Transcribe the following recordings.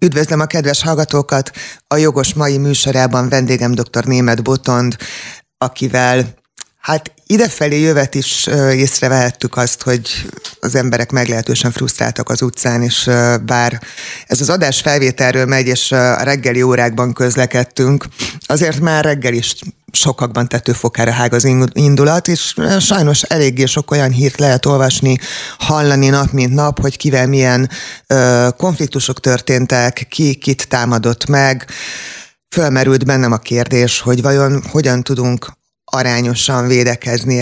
Üdvözlöm a kedves hallgatókat! A Jogos mai műsorában vendégem dr. Németh Botond, akivel idefelé jövet is észrevehettük azt, hogy az emberek meglehetősen frusztráltak az utcán, és bár ez az adás felvételről megy, és a reggeli órákban közlekedtünk, azért már reggel is sokakban tetőfokára hág az indulat, és sajnos eléggé sok olyan hírt lehet olvasni, hallani nap mint nap, hogy kivel milyen konfliktusok történtek, ki kit támadott meg. Fölmerült bennem a kérdés, hogy vajon hogyan tudunk arányosan védekezni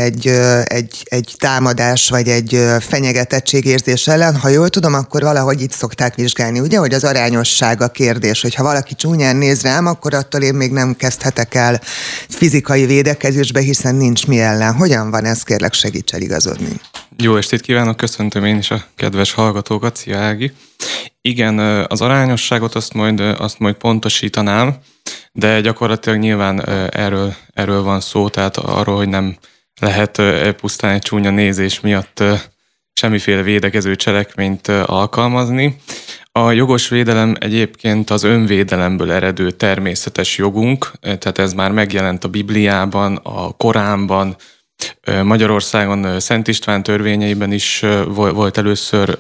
egy támadás vagy egy fenyegetettségérzés ellen. Ha jól tudom, akkor valahogy itt szokták vizsgálni, ugye, hogy az arányosság a kérdés, hogy ha valaki csúnyán néz rám, akkor attól én még nem kezdhetek el fizikai védekezésbe, hiszen nincs mi ellen. Hogyan van ez? Kérlek, segíts eligazodni. Jó estét kívánok, köszöntöm én is a kedves hallgatókat, szia Ági. Igen, az arányosságot azt majd pontosítanám, de gyakorlatilag nyilván erről van szó, tehát arról, hogy nem lehet pusztán egy csúnya nézés miatt semmiféle védekező cselekményt alkalmazni. A jogos védelem egyébként az önvédelemből eredő természetes jogunk, tehát ez már megjelent a Bibliában, a Koránban, Magyarországon Szent István törvényeiben is volt először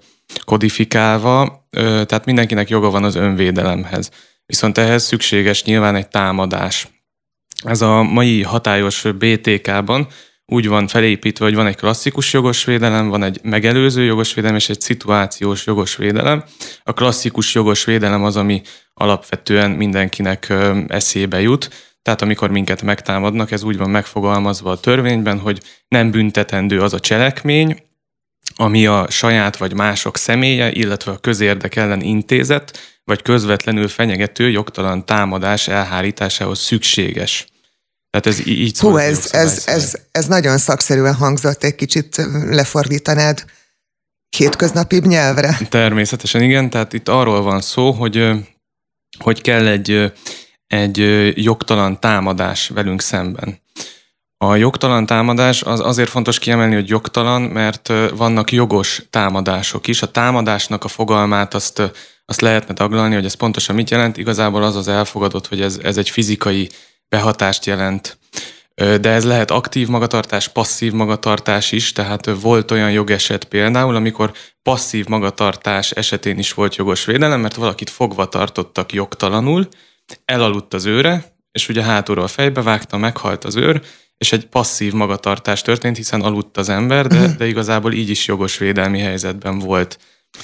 kodifikálva, tehát mindenkinek joga van az önvédelemhez. Viszont ehhez szükséges nyilván egy támadás. Ez a mai hatályos BTK-ban úgy van felépítve, hogy van egy klasszikus jogos védelem, van egy megelőző jogos védelem és egy szituációs jogos védelem. A klasszikus jogos védelem az, ami alapvetően mindenkinek eszébe jut. Tehát amikor minket megtámadnak, ez úgy van megfogalmazva a törvényben, hogy nem büntetendő az a cselekmény, ami a saját vagy mások személye, illetve a közérdek ellen intézett, vagy közvetlenül fenyegető jogtalan támadás elhárításához szükséges. Tehát ez így szól. Ez nagyon szakszerűen hangzott, egy kicsit lefordítanád hétköznapibb nyelvre? Természetesen igen, tehát itt arról van szó, hogy kell egy jogtalan támadás velünk szemben. A jogtalan támadás az azért fontos kiemelni, hogy jogtalan, mert vannak jogos támadások is. A támadásnak a fogalmát azt lehetne taglalni, hogy ez pontosan mit jelent. Igazából az elfogadott, hogy ez egy fizikai behatást jelent. De ez lehet aktív magatartás, passzív magatartás is, tehát volt olyan jogeset például, amikor passzív magatartás esetén is volt jogos védelem, mert valakit fogva tartottak jogtalanul, elaludt az őre, és ugye hátulról fejbe vágta, meghalt az őr, és egy passzív magatartás történt, hiszen aludt az ember, de igazából így is jogos védelmi helyzetben volt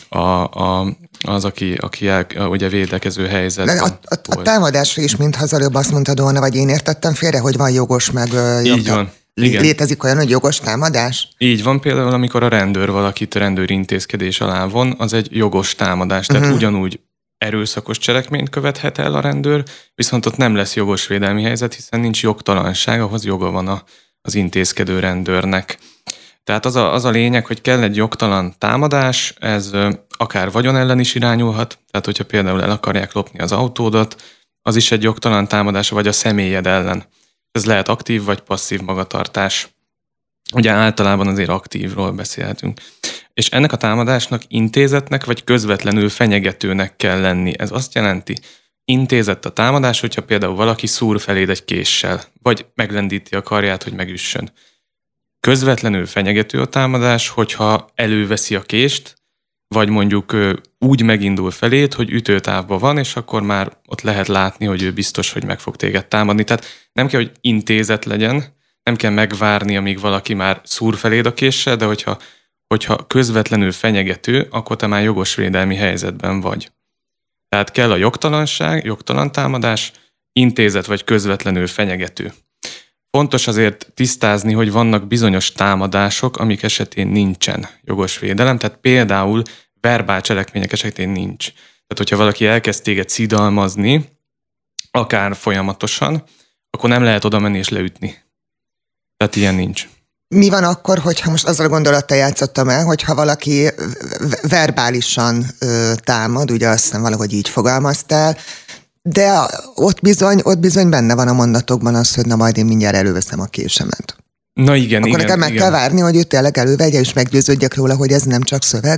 az, aki ugye védekező helyzetben volt. A támadásra is, mintha az előbb azt mondtad volna, vagy én értettem félre, hogy van jogos, meg így van. Igen. Létezik olyan, hogy jogos támadás? Így van, például amikor a rendőr valakit rendőri intézkedés alá von, az egy jogos támadás, tehát ugyanúgy erőszakos cselekményt követhet el a rendőr, viszont ott nem lesz jogos védelmi helyzet, hiszen nincs jogtalanság, ahhoz joga van az intézkedő rendőrnek. Tehát az a lényeg, hogy kell egy jogtalan támadás, ez akár vagyon ellen is irányulhat, tehát hogyha például el akarják lopni az autódat, az is egy jogtalan támadás, vagy a személyed ellen. Ez lehet aktív vagy passzív magatartás. Ugye általában azért aktívról beszélhetünk. És ennek a támadásnak intézetnek vagy közvetlenül fenyegetőnek kell lenni. Ez azt jelenti, intézett a támadás, hogyha például valaki szúr feléd egy késsel, vagy meglendíti a karját, hogy megüssön. Közvetlenül fenyegető a támadás, hogyha előveszi a kést, vagy mondjuk úgy megindul feléd, hogy ütőtávban van, és akkor már ott lehet látni, hogy ő biztos, hogy meg fog téged támadni. Tehát nem kell, hogy intézet legyen, nem kell megvárni, amíg valaki már szúr feléd a késsel, de hogyha közvetlenül fenyegető, akkor te már jogos védelmi helyzetben vagy. Tehát kell a jogtalanság, jogtalan támadás, intézet vagy közvetlenül fenyegető. Fontos azért tisztázni, hogy vannak bizonyos támadások, amik esetén nincsen jogos védelem, tehát például verbál cselekmények esetén nincs. Tehát, hogyha valaki elkezd téged szidalmazni, akár folyamatosan, akkor nem lehet oda menni és leütni. Tehát ilyen nincs. Mi van akkor, hogyha most azzal a gondolattal játszottam el, hogyha valaki verbálisan támad, ugye azt hiszem valahogy így fogalmaztál, de ott bizony benne van a mondatokban az, hogy na majd én mindjárt előveszem a késemet. Na igen, akkor igen. Akkor nekem meg kell várni, hogy ő tényleg elővegye, és meggyőződjek róla, hogy ez nem csak szöveg?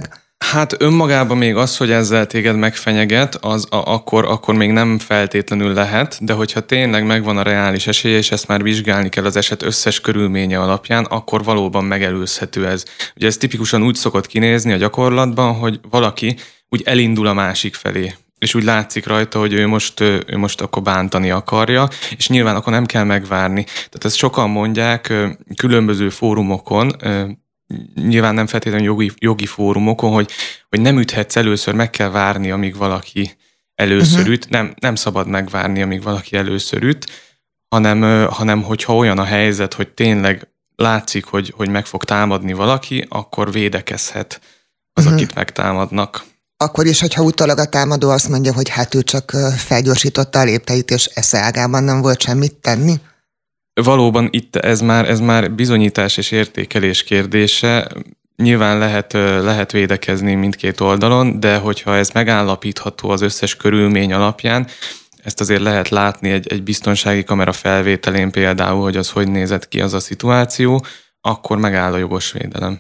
Hát önmagában még az, hogy ezzel téged megfenyeget, akkor még nem feltétlenül lehet, de hogyha tényleg megvan a reális esélye, és ezt már vizsgálni kell az eset összes körülménye alapján, akkor valóban megelőzhető ez. Ugye ez tipikusan úgy szokott kinézni a gyakorlatban, hogy valaki úgy elindul a másik felé, és úgy látszik rajta, hogy ő most akkor bántani akarja, és nyilván akkor nem kell megvárni. Tehát ezt sokan mondják különböző fórumokon, nyilván nem feltétlenül jogi fórumokon, hogy nem üthetsz először, meg kell várni, amíg valaki először üt. Nem szabad megvárni, amíg valaki először üt, hanem hogyha olyan a helyzet, hogy tényleg látszik, hogy meg fog támadni valaki, akkor védekezhet az, akit megtámadnak. Akkor is, hogyha utólag a támadó azt mondja, hogy hát ő csak felgyorsította a lépteit, és esze ágában nem volt semmit tenni? Valóban itt ez már bizonyítás és értékelés kérdése. Nyilván lehet védekezni mindkét oldalon, de hogyha ez megállapítható az összes körülmény alapján, ezt azért lehet látni egy biztonsági kamera felvételén például, hogy az hogy nézett ki az a szituáció, akkor megáll a jogos védelem.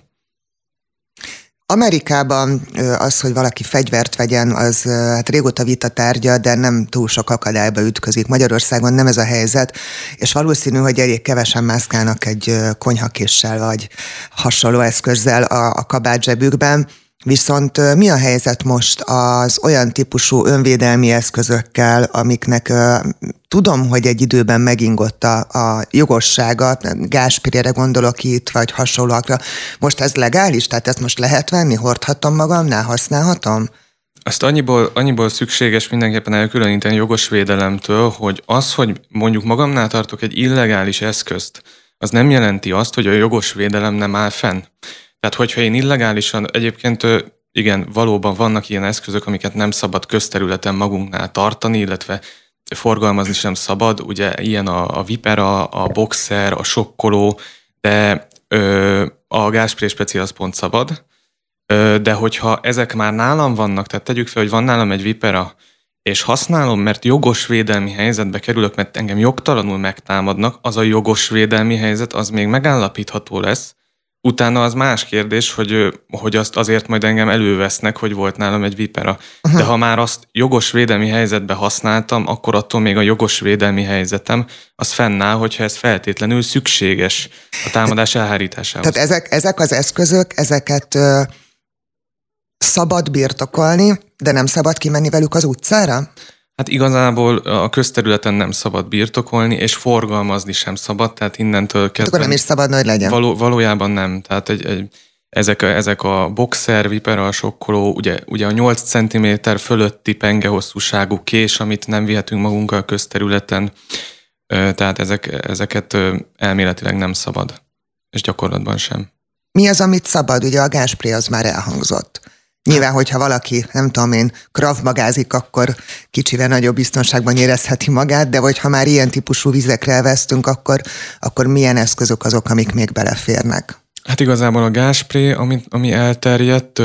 Amerikában az, hogy valaki fegyvert vegyen, az hát régóta vita tárgya, de nem túl sok akadályba ütközik. Magyarországon nem ez a helyzet, és valószínű, hogy elég kevesen mászkálnak egy konyhakéssel vagy hasonló eszközzel a kabátzsebükben. Viszont mi a helyzet most az olyan típusú önvédelmi eszközökkel, amiknek tudom, hogy egy időben megingott a jogossága, gázsprére gondolok itt, vagy hasonlóakra. Most ez legális? Tehát ezt most lehet venni? Hordhatom magamnál? Használhatom? Azt annyiból szükséges mindenképpen elkülöníteni jogos védelemtől, hogy az, hogy mondjuk magamnál tartok egy illegális eszközt, az nem jelenti azt, hogy a jogos védelem nem áll fenn. Tehát, hogyha én illegálisan, egyébként igen, valóban vannak ilyen eszközök, amiket nem szabad közterületen magunknál tartani, illetve forgalmazni sem szabad, ugye ilyen a vipera, a boxer, a sokkoló, de a gázspré speci az pont szabad, de hogyha ezek már nálam vannak, tehát tegyük fel, hogy van nálam egy vipera, és használom, mert jogos védelmi helyzetbe kerülök, mert engem jogtalanul megtámadnak, az a jogos védelmi helyzet, az még megállapítható lesz. Utána az más kérdés, hogy azt azért majd engem elővesznek, hogy volt nálam egy vipera. De ha már azt jogos védelmi helyzetbe használtam, akkor attól még a jogos védelmi helyzetem az fennáll, hogyha ez feltétlenül szükséges a támadás elhárításához. Tehát ezek az eszközök, ezeket szabad birtokolni, de nem szabad kimenni velük az utcára? Hát igazából a közterületen nem szabad birtokolni, és forgalmazni sem szabad, tehát innentől kezdve... Akkor nem is szabadna, hogy legyen. Valójában nem. Tehát ezek a boxer, vipera, sokkoló, ugye a 8 cm fölötti pengehosszúságú kés, amit nem vihetünk magunkkal közterületen, tehát ezeket elméletileg nem szabad, és gyakorlatban sem. Mi az, amit szabad? Ugye a gázspré az már elhangzott. Nyilván, hogyha valaki, nem tudom én, kravmagázik, akkor kicsivel nagyobb biztonságban érezheti magát, de hogyha már ilyen típusú vizekre elvesztünk, akkor milyen eszközök azok, amik még beleférnek? Hát igazából a gázspré, ami elterjedt,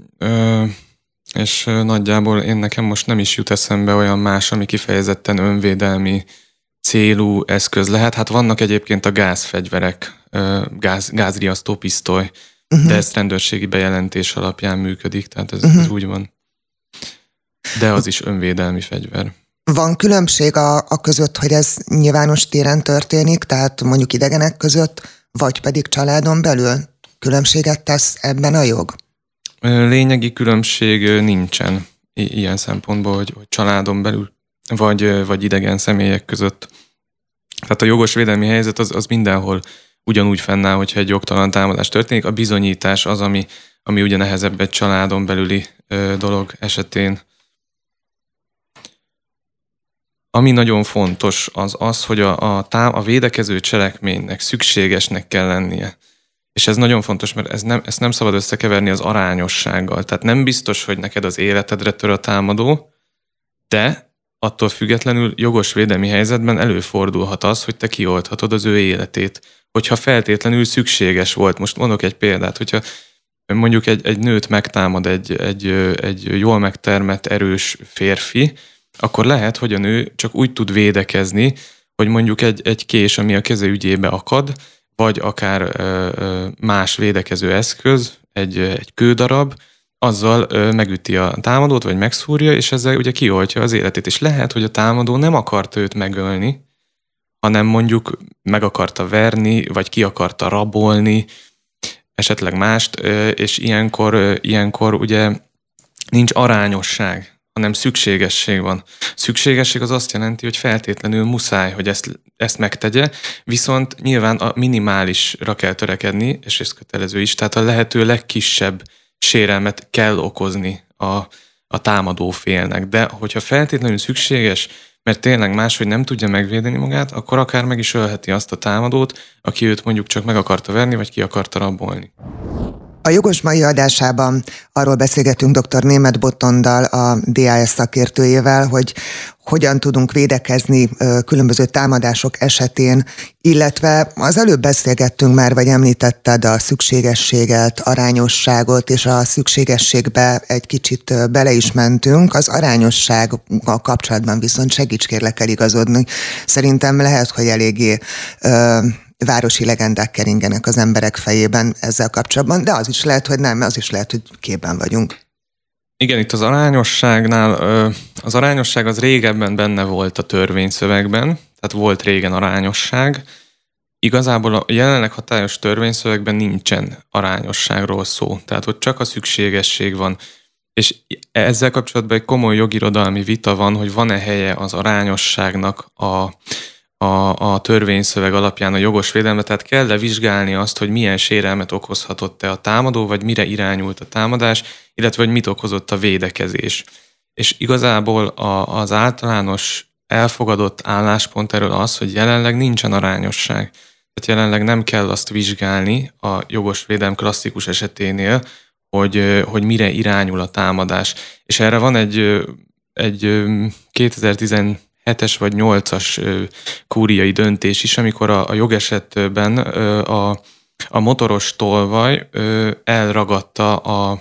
és nagyjából nekem most nem is jut eszembe olyan más, ami kifejezetten önvédelmi célú eszköz lehet. Hát vannak egyébként a gázfegyverek, gázriasztó pisztoly, de ez rendőrségi bejelentés alapján működik, tehát ez úgy van. De az is önvédelmi fegyver. Van különbség a között, hogy ez nyilvános téren történik, tehát mondjuk idegenek között, vagy pedig családon belül? Különbséget tesz ebben a jog? Lényegi különbség nincsen ilyen szempontból, hogy családon belül, vagy idegen személyek között. Tehát a jogos védelmi helyzet az mindenhol ugyanúgy fennáll, hogyha egy jogtalan támadás történik. A bizonyítás az, ami ugye nehezebb egy családon belüli dolog esetén. Ami nagyon fontos, az hogy a védekező cselekménynek szükségesnek kell lennie. És ez nagyon fontos, mert ezt nem szabad összekeverni az arányossággal. Tehát nem biztos, hogy neked az életedre tör a támadó, de attól függetlenül jogos védelmi helyzetben előfordulhat az, hogy te kiolthatod az ő életét, hogyha feltétlenül szükséges volt. Most mondok egy példát, hogyha mondjuk egy nőt megtámad egy jól megtermett, erős férfi, akkor lehet, hogy a nő csak úgy tud védekezni, hogy mondjuk egy kés, ami a keze ügyébe akad, vagy akár más védekező eszköz, egy kődarab, azzal megüti a támadót, vagy megszúrja, és ezzel ugye kioltja az életét. És lehet, hogy a támadó nem akarta őt megölni, hanem mondjuk meg akarta verni, vagy ki akarta rabolni, esetleg mást, és ilyenkor ugye nincs arányosság, hanem szükségesség van. Szükségesség az azt jelenti, hogy feltétlenül muszáj, hogy ezt megtegye, viszont nyilván a minimálisra kell törekedni, és ez kötelező is, tehát a lehető legkisebb sérelmet kell okozni a támadó félnek. De hogyha feltétlenül szükséges, mert tényleg máshogy nem tudja megvédeni magát, akkor akár meg is ölheti azt a támadót, aki őt mondjuk csak meg akarta verni, vagy ki akarta rabolni. A Jogos mai adásában arról beszélgetünk dr. Németh Bottonddal, a DAS szakértőjével, hogy hogyan tudunk védekezni különböző támadások esetén, illetve az előbb beszélgettünk már, vagy említetted a szükségességet, arányosságot, és a szükségességbe egy kicsit bele is mentünk. Az arányossággal kapcsolatban viszont segíts kérlek eligazodni. Szerintem lehet, hogy eléggé városi legendák keringenek az emberek fejében ezzel kapcsolatban, de az is lehet, hogy nem, az is lehet, hogy képben vagyunk. Igen, itt az arányosságnál, az arányosság az régebben benne volt a törvényszövegben, tehát volt régen arányosság. Igazából a jelenleg hatályos törvényszövegben nincsen arányosságról szó, tehát hogy csak a szükségesség van. És ezzel kapcsolatban egy komoly jogirodalmi vita van, hogy van-e helye az arányosságnak a törvényszöveg alapján a jogos védelme, tehát kell-e vizsgálni azt, hogy milyen sérelmet okozhatott-e a támadó, vagy mire irányult a támadás, illetve hogy mit okozott a védekezés. És igazából az általános elfogadott álláspont erről az, hogy jelenleg nincsen arányosság. Tehát jelenleg nem kell azt vizsgálni a jogos védelem klasszikus eseténél, hogy mire irányul a támadás. És erre van egy 2017-es vagy 8-as kúriai döntés is, amikor a jogesetben a motoros tolvaj elragadta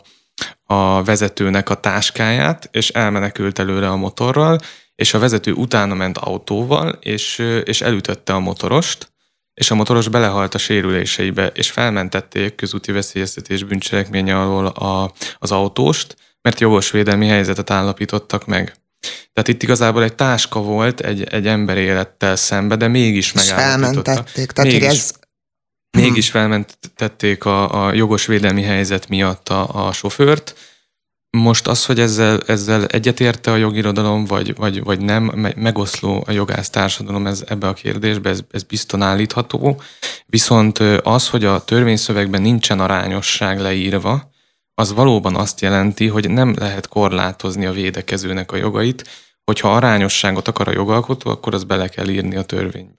a vezetőnek a táskáját, és elmenekült előre a motorral, és a vezető utána ment autóval, és elütötte a motorost, és a motoros belehalt a sérüléseibe, és felmentették közúti veszélyeztetés bűncselekménye alól az autóst, mert jogos védelmi helyzetet állapítottak meg. Tehát itt igazából egy táska volt egy ember élettel szembe, de mégis megállapítottak. Felmentették. Mégis felmentették a jogos védelmi helyzet miatt a sofőrt. Most az, hogy ezzel egyetérte a jogirodalom, vagy nem, megoszló a jogász társadalom ebbe a kérdésbe, ez bizton állítható. Viszont az, hogy a törvényszövegben nincsen arányosság leírva, az valóban azt jelenti, hogy nem lehet korlátozni a védekezőnek a jogait, hogyha arányosságot akar a jogalkotó, akkor az bele kell írni a törvénybe.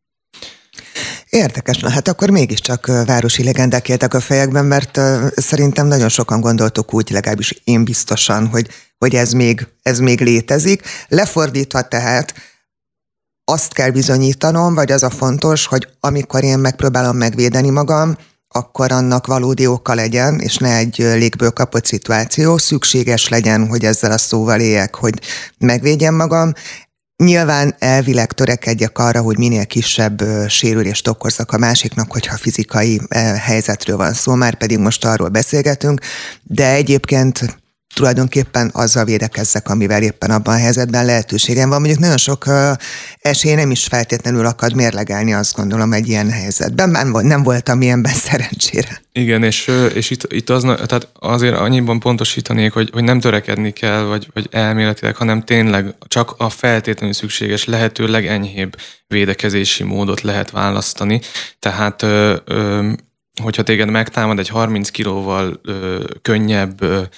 Érdekes, na hát akkor mégiscsak városi legendák éltek a fejekben, mert szerintem nagyon sokan gondoltuk úgy, legalábbis én biztosan, hogy ez még létezik. Lefordítva tehát azt kell bizonyítanom, vagy az a fontos, hogy amikor én megpróbálom megvédeni magam, akkor annak valódi oka legyen, és ne egy légből kapott szituáció, szükséges legyen, hogy ezzel a szóval éljek, hogy megvédjem magam. Nyilván elvileg törekedjek arra, hogy minél kisebb sérülést okozzak a másiknak, hogyha fizikai helyzetről van szó, már pedig most arról beszélgetünk, de egyébként tulajdonképpen azzal védekezzek, amivel éppen abban a helyzetben lehetőségem van. Mondjuk nagyon sok esély nem is feltétlenül akad mérlegelni, azt gondolom, egy ilyen helyzetben. Nem voltam ilyenben szerencsére. Igen, és itt tehát azért annyiban pontosítanék, hogy nem törekedni kell, vagy elméletileg, hanem tényleg csak a feltétlenül szükséges, lehető legenyhébb védekezési módot lehet választani. Tehát hogyha téged megtámad egy 30 kilóval könnyebb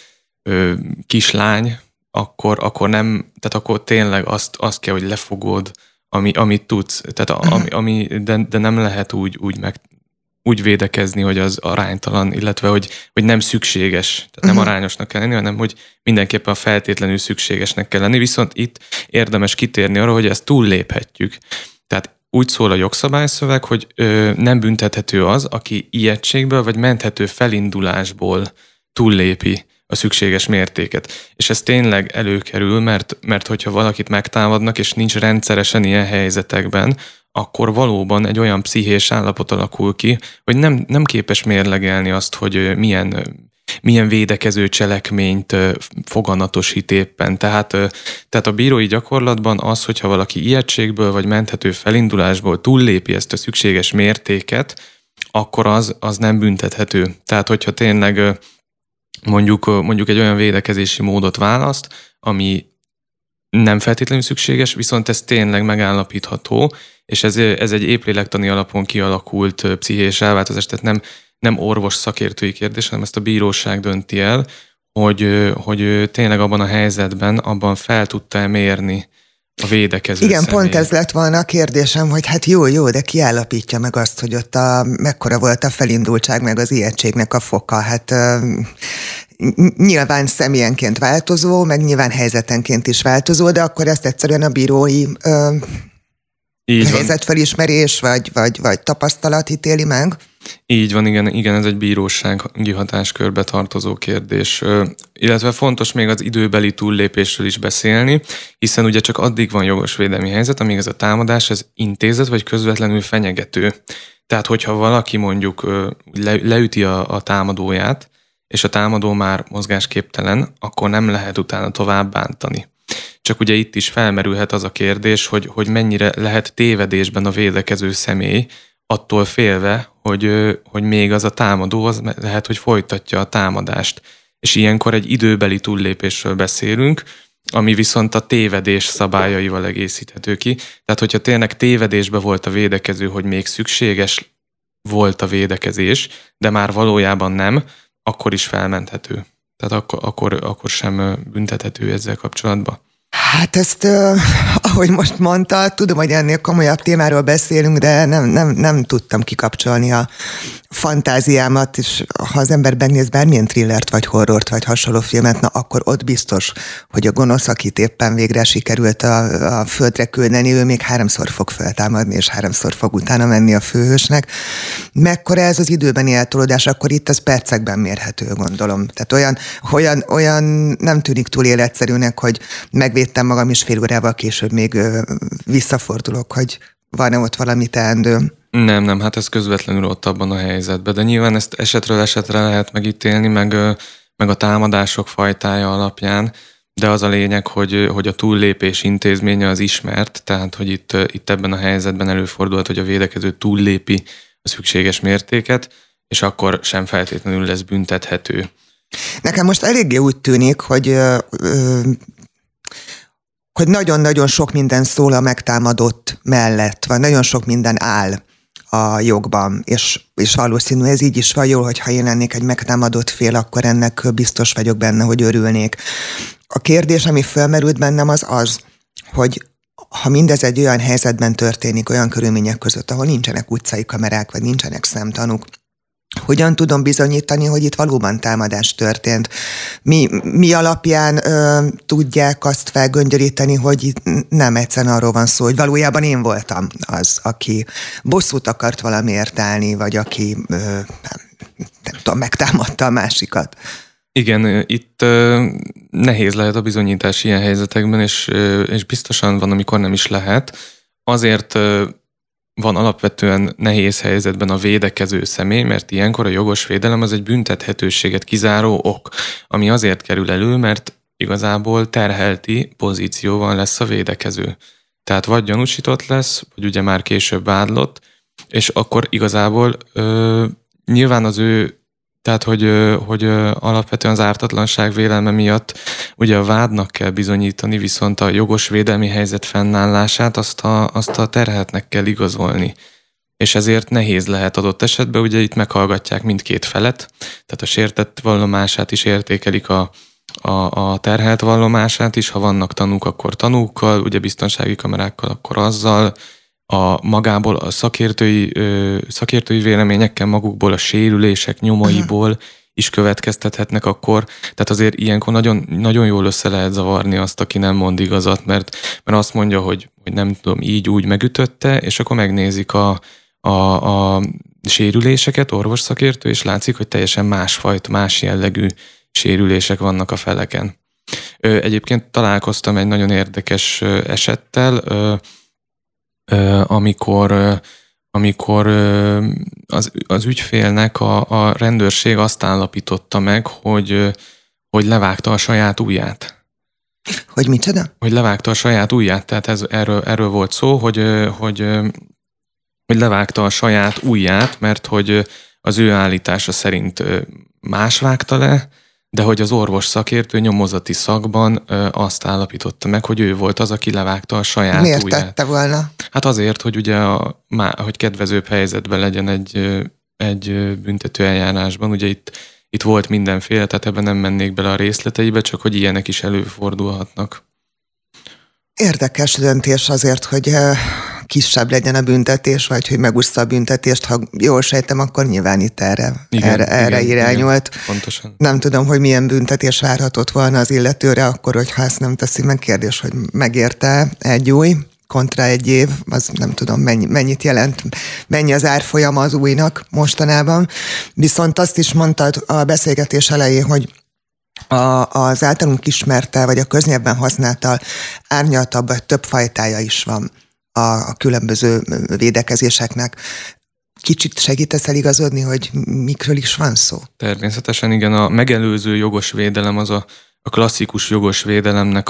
kislány, akkor nem, tehát akkor tényleg azt kell, hogy lefogod, amit tudsz, tehát de nem lehet úgy védekezni, hogy az aránytalan, illetve hogy nem szükséges, tehát nem arányosnak kell lenni, hanem hogy mindenképpen feltétlenül szükségesnek kell lenni, viszont itt érdemes kitérni arra, hogy ezt túlléphetjük. Tehát úgy szól a jogszabályszöveg, hogy nem büntethető az, aki ijegységből vagy menthető felindulásból túllépi a szükséges mértéket. És ez tényleg előkerül, mert hogyha valakit megtámadnak, és nincs rendszeresen ilyen helyzetekben, akkor valóban egy olyan pszichés állapot alakul ki, hogy nem képes mérlegelni azt, hogy milyen milyen védekező cselekményt foganatosít éppen. Tehát a bírói gyakorlatban az, hogyha valaki ijegységből vagy menthető felindulásból túllépi ezt a szükséges mértéket, akkor az nem büntethető. Tehát hogyha tényleg mondjuk egy olyan védekezési módot választ, ami nem feltétlenül szükséges, viszont ez tényleg megállapítható, és ez egy éplélektani alapon kialakult pszichés elváltozás, tehát nem orvos szakértői kérdés, hanem ezt a bíróság dönti el, hogy tényleg abban a helyzetben abban fel tudta mérni a védekező Igen, személy. Pont ez lett volna a kérdésem, hogy hát jó, de ki állapítja meg azt, hogy ott mekkora volt a felindultság, meg az ijegységnek a foka. Hát nyilván személyenként változó, meg nyilván helyzetenként is változó, de akkor ezt egyszerűen a bírói helyzetfelismerés vagy tapasztalat ítéli meg? Így van, igen, ez egy bírósági hatáskörbe tartozó kérdés. Illetve fontos még az időbeli túllépésről is beszélni, hiszen ugye csak addig van jogos védelmi helyzet, amíg ez a támadás ez intézet vagy közvetlenül fenyegető. Tehát, hogyha valaki mondjuk leüti a támadóját, és a támadó már mozgásképtelen, akkor nem lehet utána tovább bántani. Csak ugye itt is felmerülhet az a kérdés, hogy mennyire lehet tévedésben a védekező személy, attól félve, hogy még az a támadó, az lehet, hogy folytatja a támadást. És ilyenkor egy időbeli túllépésről beszélünk, ami viszont a tévedés szabályaival egészíthető ki. Tehát, hogyha tényleg tévedésbe volt a védekező, hogy még szükséges volt a védekezés, de már valójában nem, akkor is felmenthető. Tehát akkor sem büntethető ezzel kapcsolatban. Hát ezt, ahogy most mondta, tudom, hogy ennél komolyabb témáról beszélünk, de nem tudtam kikapcsolni a fantáziámat, és ha az ember megnéz bármilyen thrillert, vagy horrort, vagy hasonló filmet, na akkor ott biztos, hogy a gonosz, akit éppen végre sikerült a földre küldeni, ő még 3-szor fog feltámadni, és 3-szor fog utána menni a főhősnek. Mekkora ez az időbeni eltolódás, akkor itt az percekben mérhető, gondolom. Tehát olyan nem tűnik túl életszerűnek, hogy megvédtem magam, és fél órával később még visszafordulok, hogy van-e ott valami teendő. Nem, hát ez közvetlenül ott abban a helyzetben, de nyilván ezt esetről esetre lehet megítélni, meg a támadások fajtája alapján, de az a lényeg, hogy a túllépés intézménye az ismert, tehát hogy itt ebben a helyzetben előfordulhat, hogy a védekező túllépi a szükséges mértéket, és akkor sem feltétlenül lesz büntethető. Nekem most eléggé úgy tűnik, hogy nagyon-nagyon sok minden szól a megtámadott mellett, vagy nagyon sok minden áll a jogban, és valószínű ez így is van, jól, hogyha én lennék egy megtámadott fél, akkor ennek biztos vagyok benne, hogy örülnék. A kérdés, ami felmerült bennem, az, hogy ha mindez egy olyan helyzetben történik, olyan körülmények között, ahol nincsenek utcai kamerák, vagy nincsenek szemtanúk, hogyan tudom bizonyítani, hogy itt valóban támadás történt? Mi alapján tudják azt felgöngyölíteni, hogy itt nem egyszerűen arról van szó, hogy valójában én voltam az, aki bosszút akart valamiért állni, vagy aki nem tudom, megtámadta a másikat? Igen, itt nehéz lehet a bizonyítás ilyen helyzetekben, és biztosan van, amikor nem is lehet. Azért van alapvetően nehéz helyzetben a védekező személy, mert ilyenkor a jogos védelem az egy büntethetőséget kizáró ok, ami azért kerül elő, mert igazából terhelti pozícióban lesz a védekező. Tehát vagy gyanúsított lesz, vagy ugye már később vádlott, és akkor igazából nyilván az ő, tehát hogy alapvetően az ártatlanság vélelme miatt ugye a vádnak kell bizonyítani, viszont a jogos védelmi helyzet fennállását azt a terheltnek kell igazolni. És ezért nehéz lehet adott esetben, ugye itt meghallgatják mindkét felet, tehát a sértett vallomását is értékelik, a terhelt vallomását is, ha vannak tanúk, akkor tanúkkal, ugye biztonsági kamerákkal, akkor azzal, magából a szakértői véleményekkel, magukból a sérülések nyomaiból is következtethetnek akkor. Tehát azért ilyenkor nagyon, nagyon jól össze lehet zavarni azt, aki nem mond igazat, mert azt mondja, hogy nem tudom, így úgy megütötte, és akkor megnézik a sérüléseket, orvosszakértő, és látszik, hogy teljesen másfajta, más jellegű sérülések vannak a feleken. Egyébként találkoztam egy nagyon érdekes esettel, amikor amikor az ügyfélnek a rendőrség azt állapította meg, hogy levágta a saját ujját. Hogy micsoda? Hogy levágta a saját ujját, tehát erről volt szó, hogy levágta a saját ujját, mert hogy az ő állítása szerint más vágta le, de hogy az orvos szakértő nyomozati szakban azt állapította meg, hogy ő volt az, aki levágta a saját ujját. Miért tette volna? Hát azért, hogy ugye hogy kedvezőbb helyzetben legyen egy büntető eljárásban. Ugye itt volt mindenféle, tehát ebben nem mennék bele a részleteibe, csak hogy ilyenek is előfordulhatnak. Érdekes döntés azért, hogy kisebb legyen a büntetés, vagy hogy megúszta a büntetést. Ha jól sejtem, akkor nyilván itt erre irányult. Igen, pontosan. Nem tudom, hogy milyen büntetés várhatott volna az illetőre, akkor, hogyha ezt nem teszi meg. Kérdés, hogy megérte egy új kontra egy év, az nem tudom mennyit jelent, mennyi az árfolyama az újnak mostanában. Viszont azt is mondtad a beszélgetés elején, hogy az általunk ismertel, vagy a köznyelvben használtal árnyaltabb, vagy több fajtája is van a különböző védekezéseknek. Kicsit segítesz eligazodni, hogy mikről is van szó? Természetesen igen, a megelőző jogos védelem az a klasszikus jogos védelemnek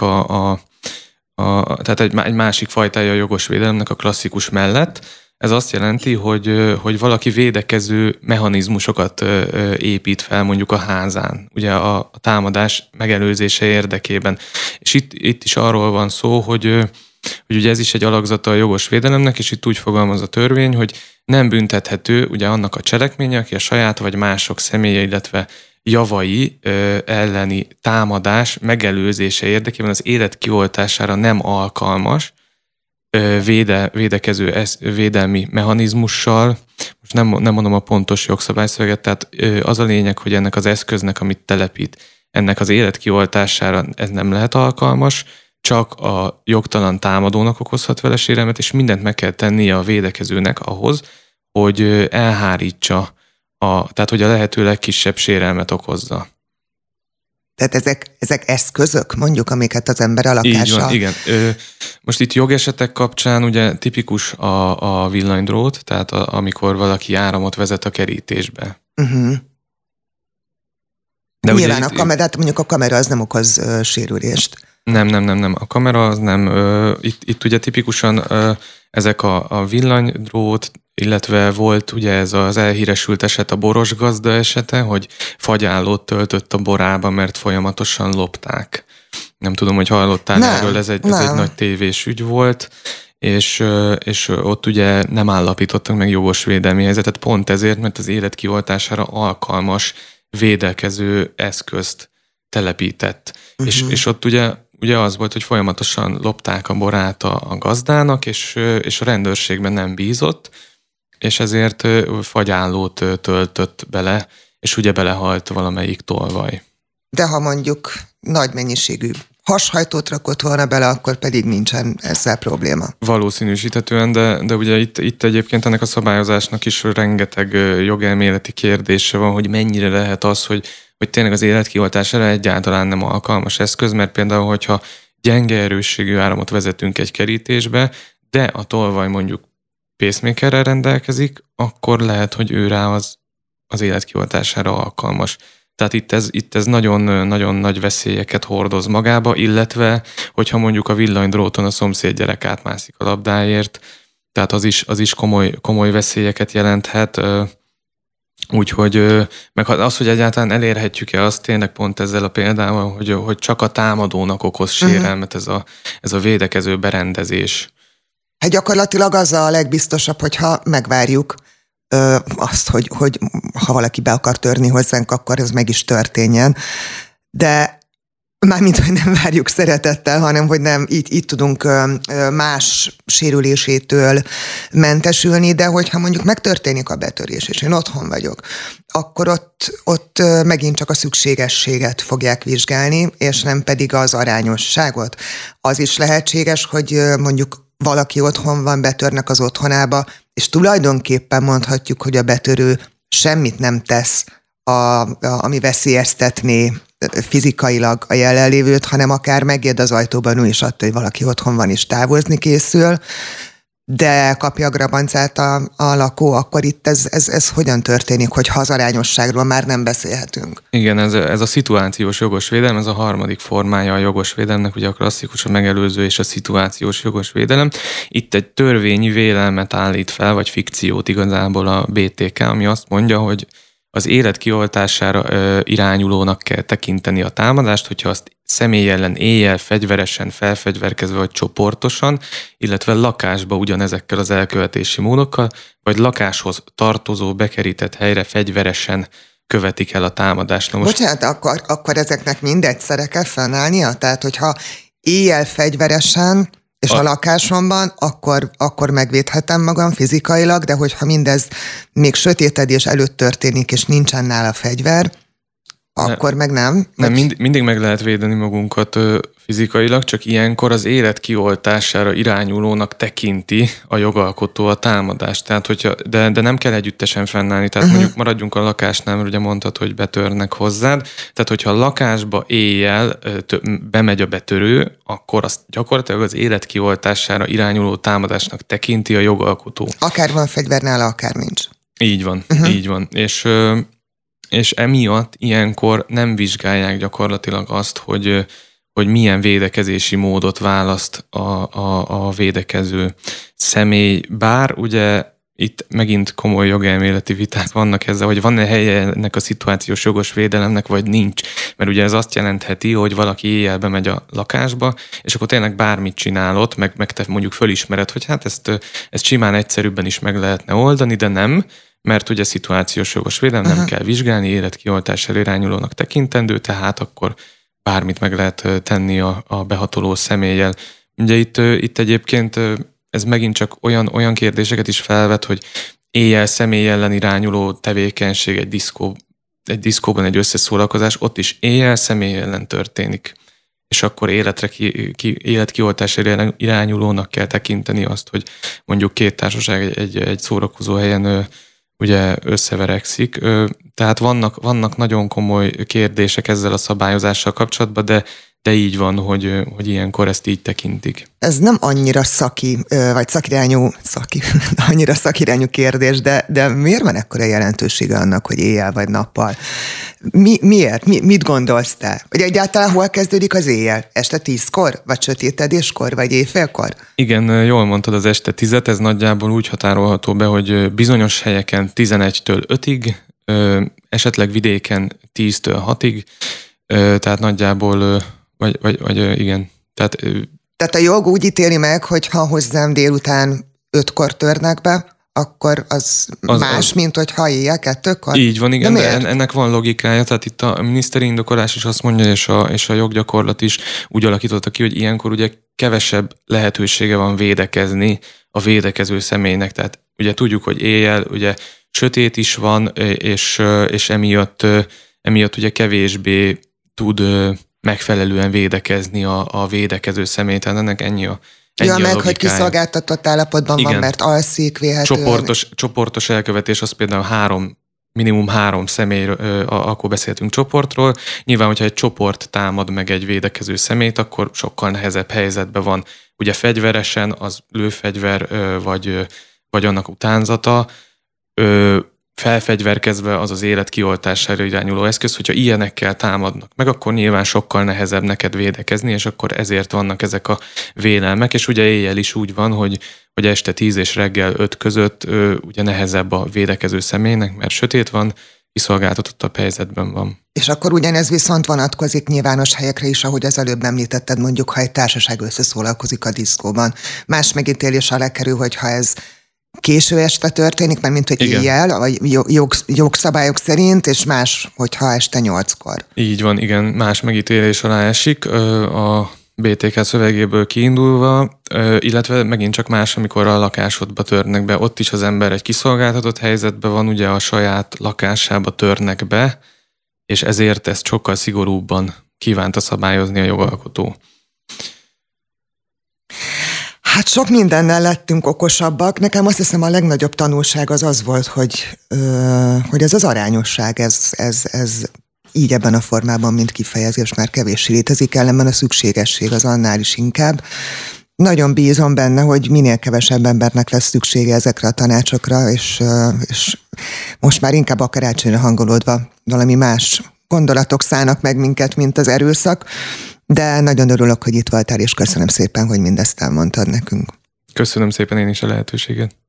tehát egy másik fajtája a jogos védelemnek a klasszikus mellett. Ez azt jelenti, hogy valaki védekező mechanizmusokat épít fel mondjuk a házán, ugye a támadás megelőzése érdekében. És itt is arról van szó, hogy ugye ez is egy alakzata a jogos védelemnek, és itt úgy fogalmaz a törvény, hogy nem büntethető ugye annak a cselekménye, aki a saját vagy mások személye, illetve javai elleni támadás megelőzése érdekében az élet kioltására nem alkalmas védekező védelmi mechanizmussal. Most nem mondom a pontos jogszabályszöveget, tehát az a lényeg, hogy ennek az eszköznek, amit telepít, ennek az élet kioltására ez nem lehet alkalmas, csak a jogtalan támadónak okozhat vele sérelmet, és mindent meg kell tennie a védekezőnek ahhoz, hogy elhárítsa, tehát hogy a lehető legkisebb sérelmet okozza. Tehát ezek eszközök, mondjuk, amiket az ember a lakással... Így van, igen. Most itt jogesetek kapcsán ugye tipikus a villanydrót, tehát amikor valaki áramot vezet a kerítésbe. Uh-huh. De nyilván mondjuk a kamera az nem okoz sérülést. Nem. A kamera az nem. Itt ugye tipikusan ezek a villanydrót, illetve volt ugye ez az elhíresült eset, a boros gazda esete, hogy fagyállót töltött a borába, mert folyamatosan lopták. Nem tudom, hogy hallottál erről, ez egy nagy tévés ügy volt, és ott ugye nem állapítottak meg jogos védelmi helyzetet, pont ezért, mert az élet kioltására alkalmas védekező eszközt telepített. Uh-huh. És ott ugye az volt, hogy folyamatosan lopták a borát a gazdának, és a rendőrségben nem bízott, és ezért fagyállót töltött bele, és ugye belehalt valamelyik tolvaj. De ha mondjuk nagy mennyiségű hashajtót rakott volna bele, akkor pedig nincsen ezzel probléma. Valószínűsíthetően, de ugye itt egyébként ennek a szabályozásnak is rengeteg jogelméleti kérdése van, hogy mennyire lehet az, hogy tényleg az életkioltására egyáltalán nem alkalmas eszköz, mert például, hogyha gyenge erősségű áramot vezetünk egy kerítésbe, de a tolvaj mondjuk pacemakerrel rendelkezik, akkor lehet, hogy ő rá az életkioltására alkalmas. Tehát itt ez nagyon nagy veszélyeket hordoz magába, illetve, hogyha mondjuk a villanydróton a szomszéd gyerek átmászik a labdáért, tehát az is komoly veszélyeket jelenthet. Úgyhogy meg az, hogy egyáltalán elérhetjük-e azt tényleg pont ezzel a példával, hogy csak a támadónak okoz sérelmet ez a védekező berendezés. Hát gyakorlatilag az a legbiztosabb, hogyha megvárjuk azt, hogy ha valaki be akar törni hozzánk, akkor ez meg is történjen. De mármint, hogy nem várjuk szeretettel, hanem, hogy nem így tudunk más sérülésétől mentesülni, de hogyha mondjuk megtörténik a betörés, és én otthon vagyok, akkor ott megint csak a szükségességet fogják vizsgálni, és nem pedig az arányosságot. Az is lehetséges, hogy mondjuk valaki otthon van, betörnek az otthonába, és tulajdonképpen mondhatjuk, hogy a betörő semmit nem tesz, ami veszélyeztetné fizikailag a jelenlévőt, hanem akár megijed az ajtóban, ő is attól, hogy valaki otthon van és távozni készül. de kapja a grabancát a lakó, akkor itt ez hogyan történik, hogy hazarányosságról már nem beszélhetünk? Igen, ez a szituációs jogos védelem, ez a harmadik formája a jogos védelemnek, ugye a klasszikus, a megelőző és a szituációs jogos védelem. Itt egy törvényi vélelmet állít fel, vagy fikciót igazából a BTK, ami azt mondja, hogy az élet kioltására irányulónak kell tekinteni a támadást, hogyha azt személy ellen éjjel, fegyveresen, felfegyverkezve vagy csoportosan, illetve lakásba ugyanezekkel az elkövetési módokkal, vagy lakáshoz tartozó bekerített helyre fegyveresen követik el a támadást. Bocsánat, akkor ezeknek mindegyszerre kell fennállnia? Tehát, hogyha éjjel fegyveresen és a lakásomban, akkor megvédhetem magam fizikailag, de hogyha mindez még sötétedés előtt történik, és nincsen nála fegyver, akkor meg nem? Nem, mindig meg lehet védeni magunkat fizikailag, csak ilyenkor az élet kioltására irányulónak tekinti a jogalkotó a támadást. Tehát, de nem kell együttesen fennállni. Tehát mondjuk maradjunk a lakásnál, mert ugye mondtad, hogy betörnek hozzád. Tehát, hogyha a lakásba éjjel bemegy a betörő, akkor azt gyakorlatilag az élet kioltására irányuló támadásnak tekinti a jogalkotó. Akár van fegyver nála, akár nincs. Így van, így van. És emiatt ilyenkor nem vizsgálják gyakorlatilag azt, hogy milyen védekezési módot választ a védekező személy. Bár ugye itt megint komoly jogelméleti viták vannak ezzel, hogy van-e helye ennek a szituációs jogos védelemnek, vagy nincs. Mert ugye ez azt jelentheti, hogy valaki éjjel bemegy a lakásba, és akkor tényleg bármit csinál ott, meg te mondjuk fölismered, hogy hát ezt simán egyszerűbben is meg lehetne oldani, de nem, mert ugye szituációs jogos védelem nem kell vizsgálni, életkioltására irányulónak tekintendő, tehát akkor bármit meg lehet tenni a behatoló személlyel. Ugye itt egyébként ez megint csak olyan kérdéseket is felvet, hogy éjjel személy ellen irányuló tevékenység egy diszkóban egy összeszólalkozás, ott is éjjel személy ellen történik. És akkor életkioltásra irányulónak kell tekinteni azt, hogy mondjuk két társaság egy szórakozó helyen ugye összeverekszik. Tehát vannak nagyon komoly kérdések ezzel a szabályozással kapcsolatban, de így van, hogy ilyenkor ezt így tekintik. Ez nem annyira vagy annyira szakirányú kérdés, de miért van ekkora jelentősége annak, hogy éjjel vagy nappal? Miért? Mit gondolsz te? Hogy egyáltalán hol kezdődik az éjjel? Este 10-kor? Vagy sötétedéskor? Vagy éjfélkor? Igen, jól mondtad az este 10-et, ez nagyjából úgy határolható be, hogy bizonyos helyeken 11-től 5-ig, esetleg vidéken 10-től 6-ig, tehát nagyjából, vagy igen. Tehát a jog úgy ítéli meg, hogy ha hozzám délután 5-kor törnek be, akkor az más, mint hogy ha éjjel 2-kor? Így van, igen, de ennek van logikája, tehát itt a miniszteri indokolás is azt mondja, és a joggyakorlat is úgy alakította ki, hogy ilyenkor ugye kevesebb lehetősége van védekezni a védekező személynek, tehát ugye tudjuk, hogy éjjel ugye sötét is van, és emiatt ugye kevésbé tud megfelelően védekezni a védekező személy, tehát ennek ennyi a meg, hogy kiszolgáltatott állapotban van, mert alszik véletlenül. Csoportos elkövetés, az például minimum 3 személy, akkor beszéltünk csoportról. Nyilván, hogyha egy csoport támad meg egy védekező személyt, akkor sokkal nehezebb helyzetben van. Ugye fegyveresen, az lőfegyver, vagy annak utánzata, felfegyverkezve az élet kioltására irányuló eszköz, hogyha ilyenekkel támadnak meg, akkor nyilván sokkal nehezebb neked védekezni, és akkor ezért vannak ezek a vélelmek, és ugye éjjel is úgy van, hogy este 10 és reggel 5 között ugye nehezebb a védekező személynek, mert sötét van, kiszolgáltatottabb helyzetben van. És akkor ugyanez viszont vonatkozik nyilvános helyekre is, ahogy az előbb említetted, mondjuk, ha egy társaság összeszólalkozik a diszkóban. Más megítélés alá kerül, hogyha ez késő este történik, mert mint hogy éjjel, vagy jogszabályok szerint, és más, hogyha este 8-kor. Így van, igen, más megítélés alá esik a BTK szövegéből kiindulva, illetve megint csak más, amikor a lakásodba törnek be. Ott is az ember egy kiszolgáltatott helyzetben van, ugye a saját lakásába törnek be, és ezért ezt sokkal szigorúbban kívánta szabályozni a jogalkotó. Hát sok mindennel lettünk okosabbak. Nekem azt hiszem a legnagyobb tanulság az volt, hogy ez az arányosság, ez így ebben a formában, mint kifejezés már kevéssé létezik, ellenben a szükségesség az annál is inkább. nagyon bízom benne, hogy minél kevesebb embernek lesz szüksége ezekre a tanácsokra, és most már inkább a karácsonyra hangolódva valami más gondolatok szállnak meg minket, mint az erőszak, de nagyon örülök, hogy itt voltál, és köszönöm szépen, hogy mindezt elmondtad nekünk. Köszönöm szépen én is a lehetőséget.